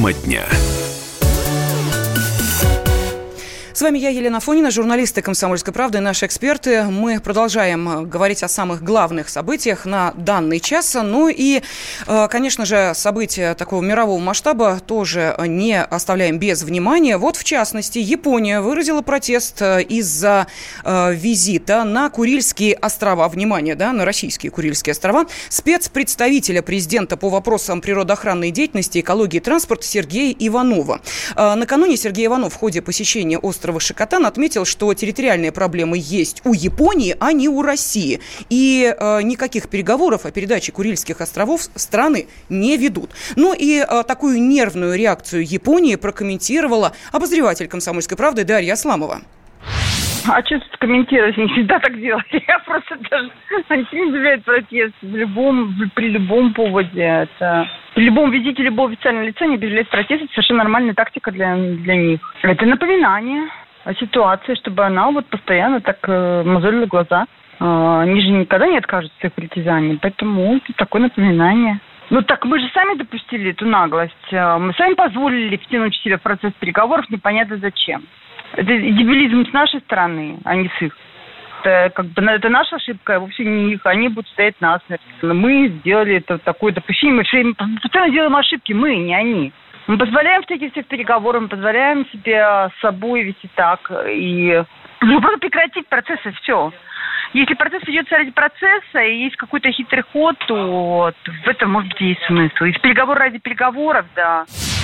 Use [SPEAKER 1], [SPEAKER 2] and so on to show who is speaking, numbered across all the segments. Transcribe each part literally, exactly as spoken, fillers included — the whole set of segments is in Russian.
[SPEAKER 1] Тема дня.
[SPEAKER 2] С вами я, Елена Афонина, журналисты «Комсомольской правды» и наши эксперты. Мы продолжаем говорить о самых главных событиях на данный час. Ну и, конечно же, события такого мирового масштаба тоже не оставляем без внимания. Вот, в частности, Япония выразила протест из-за визита на Курильские острова. Внимание, да, на российские Курильские острова. Спецпредставителя президента по вопросам природоохранной деятельности, экологии и транспорта Сергея Иванова. Накануне Сергей Иванов в ходе посещения острова Шикотан отметил, что территориальные проблемы есть у Японии, а не у России. И э, никаких переговоров о передаче Курильских островов страны не ведут. Ну и э, такую нервную реакцию Японии прокомментировала обозреватель «Комсомольской правды» Дарья Асламова.
[SPEAKER 3] А что тут комментировать? Не всегда так делать. Я просто даже... Они не объявляют протест в любом, при любом поводе. Это... При любом визите любого официального лица не объявляют протест. Это совершенно нормальная тактика для, для них. Это напоминание о ситуации, чтобы она вот постоянно так э, мозолила глаза. Э, они же никогда не откажутся от своих притязаний. Поэтому это такое напоминание. Ну так мы же сами допустили эту наглость. Мы сами позволили втянуть в себя в процесс переговоров непонятно зачем. Это дебилизм с нашей стороны, а не с их. Это, как бы, это наша ошибка, а вовсе не их. Они будут стоять насмерть. Мы сделали это такое допущение. Мы постоянно делаем ошибки, мы, не они. Мы позволяем встретить всех переговоров, мы позволяем себе с собой вести так. И ну, просто прекратить процесс, и все. Если процесс ведется ради процесса, и есть какой-то хитрый ход, то в этом, может быть, есть смысл. Из переговоров ради переговоров, да.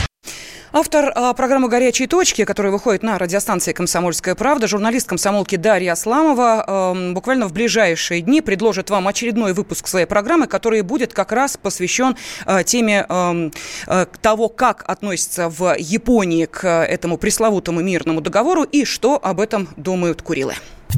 [SPEAKER 2] Автор а, программы «Горячие точки», которая выходит на радиостанции «Комсомольская правда», журналист комсомолки Дарья Асламова, э, буквально в ближайшие дни предложит вам очередной выпуск своей программы, который будет как раз посвящен э, теме э, э, того, как относятся в Японии к этому пресловутому мирному договору и что об этом думают Курилы.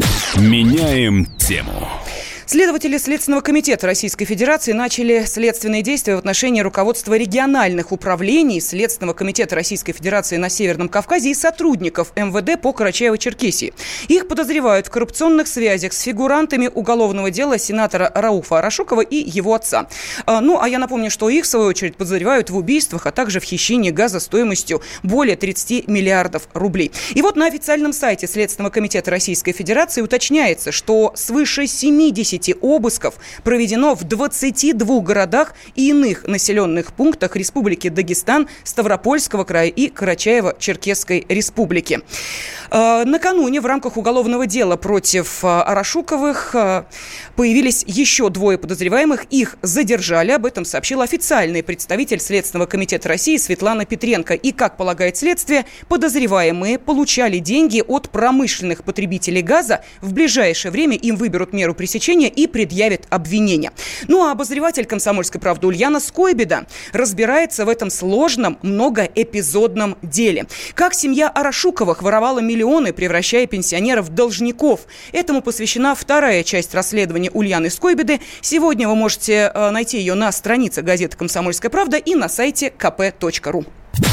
[SPEAKER 1] Меняем тему.
[SPEAKER 2] Следователи Следственного комитета Российской Федерации начали следственные действия в отношении руководства региональных управлений Следственного комитета Российской Федерации на Северном Кавказе и сотрудников эм вэ дэ по Карачаево-Черкесии. Их подозревают в коррупционных связях с фигурантами уголовного дела сенатора Рауфа Арашукова и его отца. Ну, а я напомню, что их, в свою очередь, подозревают в убийствах, а также в хищении газа стоимостью более тридцать миллиардов рублей. И вот на официальном сайте Следственного комитета Российской Федерации уточняется, что свыше семьдесят обысков проведено в двадцати двух городах и иных населенных пунктах Республики Дагестан, Ставропольского края и Карачаево-Черкесской республики. Накануне в рамках уголовного дела против Арашуковых появились еще двое подозреваемых. Их задержали. Об этом сообщил официальный представитель Следственного комитета России Светлана Петренко. И, как полагает следствие, подозреваемые получали деньги от промышленных потребителей газа. В ближайшее время им выберут меру пресечения и предъявит обвинение. Ну а обозреватель «Комсомольской правды» Ульяна Скойбеда разбирается в этом сложном многоэпизодном деле. Как семья Арашуковых воровала миллионы, превращая пенсионеров в должников. Этому посвящена вторая часть расследования Ульяны Скойбеды. Сегодня вы можете найти ее на странице газеты «Комсомольская правда» и на сайте ка пэ точка ру.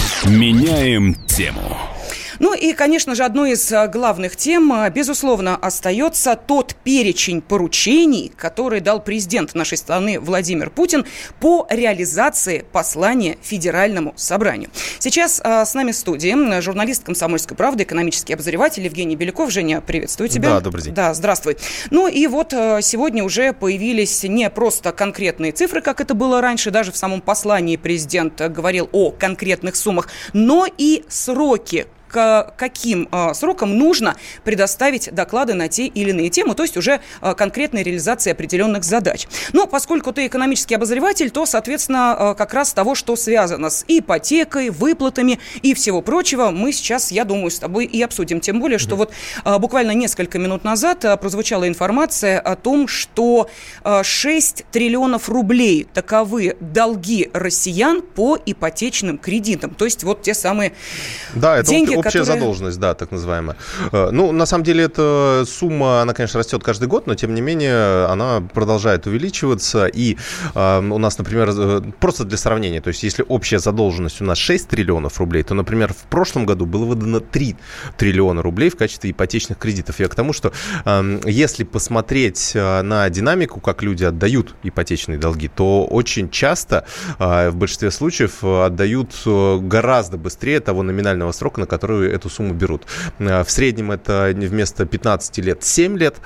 [SPEAKER 1] Меняем тему.
[SPEAKER 2] Ну и, конечно же, одной из главных тем, безусловно, остается тот перечень поручений, который дал президент нашей страны Владимир Путин по реализации послания Федеральному собранию. Сейчас а, с нами в студии журналист «Комсомольской правды», экономический обозреватель Евгений Беляков. Женя, приветствую тебя.
[SPEAKER 4] Да, добрый день.
[SPEAKER 2] Да, здравствуй. Ну и вот а, сегодня уже появились не просто конкретные цифры, как это было раньше, даже в самом послании президент говорил о конкретных суммах, но и сроки, к каким э, срокам нужно предоставить доклады на те или иные темы, то есть уже э, конкретная реализация определенных задач. Но поскольку ты экономический обозреватель, то, соответственно, э, как раз того, что связано с ипотекой, выплатами и всего прочего, мы сейчас, я думаю, с тобой и обсудим. Тем более, что вот э, буквально несколько минут назад э, прозвучала информация о том, что э, шесть триллионов рублей таковы долги россиян по ипотечным кредитам. То есть вот те самые
[SPEAKER 4] да, это
[SPEAKER 2] деньги,
[SPEAKER 4] общая Общая которая... задолженность, да, так называемая. Ну, на самом деле, эта сумма, она, конечно, растет каждый год, но, тем не менее, она продолжает увеличиваться. И э, у нас, например, просто для сравнения, то есть если общая задолженность у нас шесть триллионов рублей, то, например, в прошлом году было выдано три триллиона рублей в качестве ипотечных кредитов. Я к тому, что э, если посмотреть на динамику, как люди отдают ипотечные долги, то очень часто, э, в большинстве случаев, отдают гораздо быстрее того номинального срока, на который эту сумму берут. В среднем это вместо пятнадцати лет семь лет,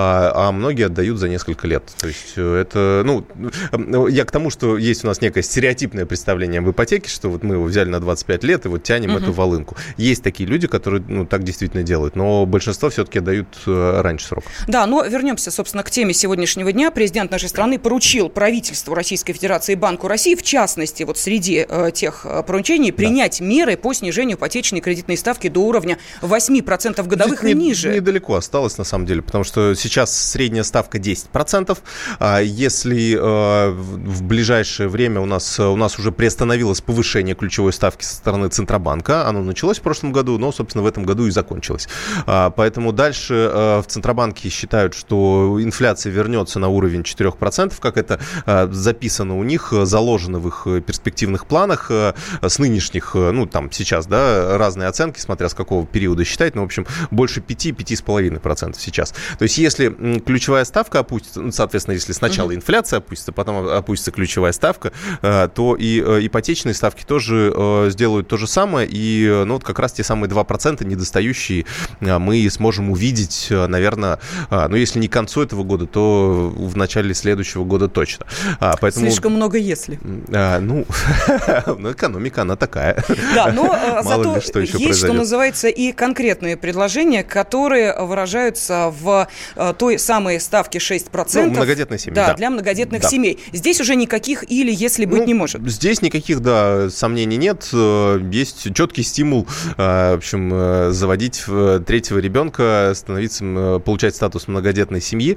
[SPEAKER 4] а многие отдают за несколько лет. То есть это, ну, я к тому, что есть у нас некое стереотипное представление об ипотеке, что вот мы его взяли на двадцать пять лет и вот тянем uh-huh. эту волынку. Есть такие люди, которые, ну, так действительно делают, но большинство все-таки отдают раньше срока.
[SPEAKER 2] Да, но вернемся, собственно, к теме сегодняшнего дня. Президент нашей страны поручил правительству Российской Федерации и Банку России, в частности, вот среди э, тех поручений, принять да. меры по снижению ипотечной кредитной ставки до уровня восемь процентов годовых
[SPEAKER 4] Здесь
[SPEAKER 2] и
[SPEAKER 4] не,
[SPEAKER 2] ниже.
[SPEAKER 4] Недалеко осталось, на самом деле, потому что сейчас средняя ставка десять процентов. А если э, в ближайшее время у нас, у нас уже приостановилось повышение ключевой ставки со стороны Центробанка, оно началось в прошлом году, но, собственно, в этом году и закончилось. А, поэтому дальше э, в Центробанке считают, что инфляция вернется на уровень четыре процента, как это э, записано у них, заложено в их перспективных планах. Э, с нынешних, ну, там, сейчас, да, разные оценки, смотря с какого периода считать, но, в общем, больше пять-пять с половиной процентов сейчас. То есть, если ключевая ставка опустится, ну, соответственно, если сначала инфляция опустится, потом опустится ключевая ставка, то и ипотечные ставки тоже сделают то же самое, и, ну, вот как раз те самые два процента недостающие мы сможем увидеть, наверное, ну, если не к концу этого года, то в начале следующего года точно.
[SPEAKER 2] Поэтому... Слишком много «если».
[SPEAKER 4] Ну, ну, экономика, она такая.
[SPEAKER 2] Да, но зато что есть, произойдет. Что называется, и конкретные предложения, которые выражаются в той самой ставке шесть процентов.
[SPEAKER 4] Ну, многодетной семьи,
[SPEAKER 2] да,
[SPEAKER 4] да.
[SPEAKER 2] для многодетных да. семей. Здесь уже никаких «или», «если» быть ну, не может.
[SPEAKER 4] Здесь никаких, да, сомнений нет. Есть четкий стимул, в общем, заводить третьего ребенка, становиться, получать статус многодетной семьи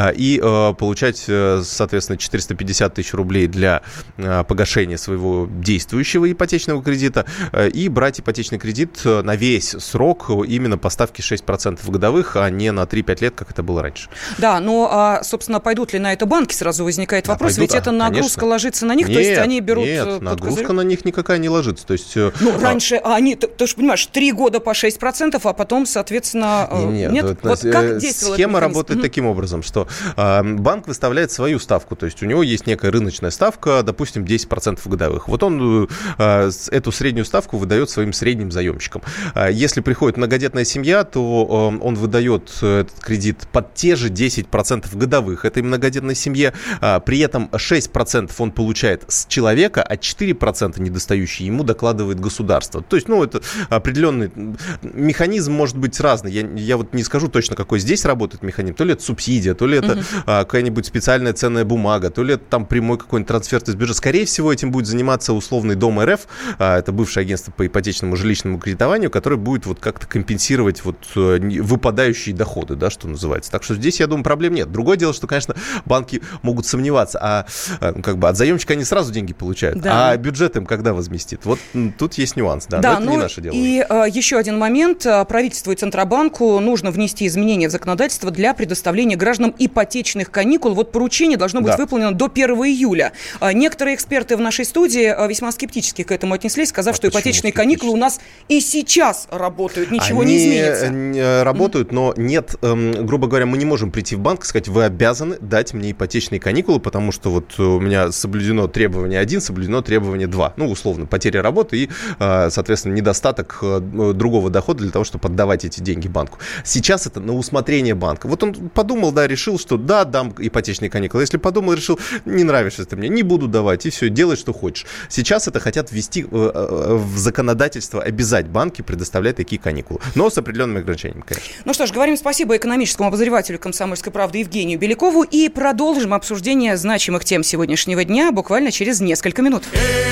[SPEAKER 4] и получать, соответственно, четыреста пятьдесят тысяч рублей для погашения своего действующего ипотечного кредита и брать ипотечный кредит на весь срок именно по ставке шесть процентов годовых, а не на три-пять лет, как это было раньше.
[SPEAKER 2] Да, но, собственно, пойдут ли на это банки, сразу возникает вопрос, да, ведь эта нагрузка конечно. ложится на них,
[SPEAKER 4] нет,
[SPEAKER 2] то есть они берут...
[SPEAKER 4] Нет, нагрузка козырь... на них никакая не ложится. То есть,
[SPEAKER 2] ну, а... раньше они, ты, ты же понимаешь, три года по шесть процентов, а потом, соответственно...
[SPEAKER 4] Нет,
[SPEAKER 2] нет?
[SPEAKER 4] Вот,
[SPEAKER 2] вот как действовал
[SPEAKER 4] схема работает mm-hmm. таким образом, что э, банк выставляет свою ставку, то есть у него есть некая рыночная ставка, допустим, десять процентов годовых. Вот он э, эту среднюю ставку выдает своим средним заемщикам. Если приходит многодетная семья, то он выдает этот кредит под те же десять процентов годовых этой многодетной семье. При этом шесть процентов он получает с человека, а четыре процента недостающие ему докладывает государство. То есть, ну, это определенный механизм может быть разный. Я, я вот не скажу точно, какой здесь работает механизм. То ли это субсидия, то ли это uh-huh. какая-нибудь специальная ценная бумага, то ли это там прямой какой-нибудь трансфер из бюджета. Скорее всего, этим будет заниматься условный Дом РФ. Это бывшее агентство по ипотечному жилищному кредитованию, которое будет вот как-то компенсировать вот выпадающие доходы, да, что называется. Так что здесь, я думаю, проблем нет. Другое дело, что, конечно, банки могут сомневаться, а как бы от заемщика они сразу деньги получают, да. а бюджет им когда возместит? Вот тут есть нюанс, да,
[SPEAKER 2] да,
[SPEAKER 4] но это
[SPEAKER 2] ну,
[SPEAKER 4] не наше дело.
[SPEAKER 2] И а, еще один момент. Правительству и Центробанку нужно внести изменения в законодательство для предоставления гражданам ипотечных каникул. Вот поручение должно быть да. выполнено до первого июля. А, некоторые эксперты в нашей студии а, весьма скептически к этому отнеслись, сказав, а что ипотечные каникулы у нас и сейчас работают, ничего
[SPEAKER 4] Они
[SPEAKER 2] не изменится.
[SPEAKER 4] Работают, mm-hmm. но нет, эм, грубо говоря, мы не можем прийти в банк и сказать, вы обязаны дать мне ипотечные каникулы, потому что вот у меня соблюдено требование один, соблюдено требование два. Ну, условно, потеря работы и, э, соответственно, недостаток э, другого дохода для того, чтобы отдавать эти деньги банку. Сейчас это на усмотрение банка. Вот он подумал, да, решил, что да, дам ипотечные каникулы. Если подумал, решил, не нравишься ты мне, не буду давать, и все, делай, что хочешь. Сейчас это хотят ввести э, э, в законодательство, обязать банки предоставлять такие каникулы. Но с определенными ограничениями, конечно.
[SPEAKER 2] Ну что ж, говорим спасибо экономическому обозревателю «Комсомольской правды» Евгению Белякову и продолжим обсуждение значимых тем сегодняшнего дня буквально через несколько минут.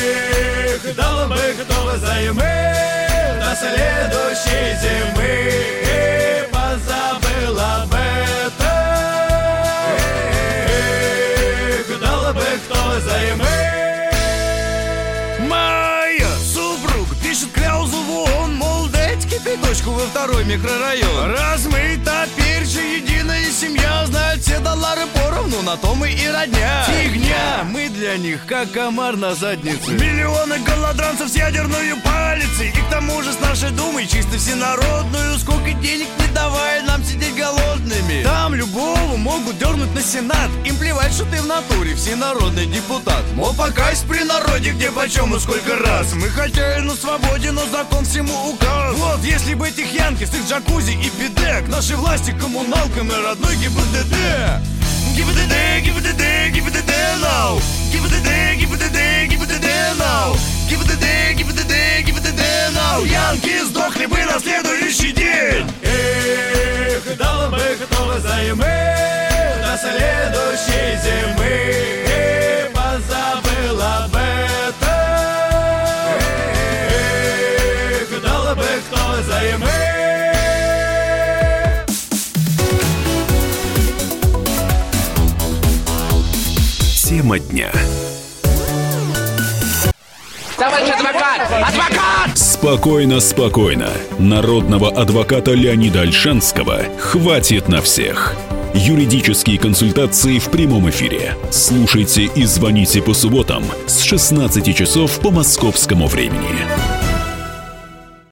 [SPEAKER 5] Эх, дал бы кто взаймы до следующей зимы и позабыл об этом. Эх, дал бы кто взаймы. Моя супруга пишет кляузу вон, мол, дайте точку во второй микрорайон. Раз мы теперь же единая семья, знают все доллары поровну, на то мы и родня. Фигня, мы для них как комар на заднице. Миллионы голодранцев с ядерной палицей, и к тому же с нашей думой чисто всенародную. Сколько денег не давай нам сидеть голодными. Там любого могут дернуть на сенат. Им плевать, что ты в натуре всенародный депутат. Мол, покайся при народе, где почем и сколько раз. Мы хотели на свободе, но закон всему указ. Вот, если бы этих янки с их джакузи и биде к нашей власти коммуналкам и родной ГИБДД. ГИБДД, ГИБДД, ГИБДД now. ГИБДД, ГИБДД, ГИБДД now. ГИБДД, ГИБДД, ГИБДД now. Янки сдохли бы на следующий день. Эх, дал бы кто взаймы до следующей зимы. И позабыл об этом. Эх, дал бы кто взаймы.
[SPEAKER 1] Тема дня.
[SPEAKER 6] Товарищ адвокат! Адвокат!
[SPEAKER 1] Спокойно, спокойно. Народного адвоката Леонида Ольшанского хватит на всех. Юридические консультации в прямом эфире. Слушайте и звоните по субботам с шестнадцати часов по московскому времени.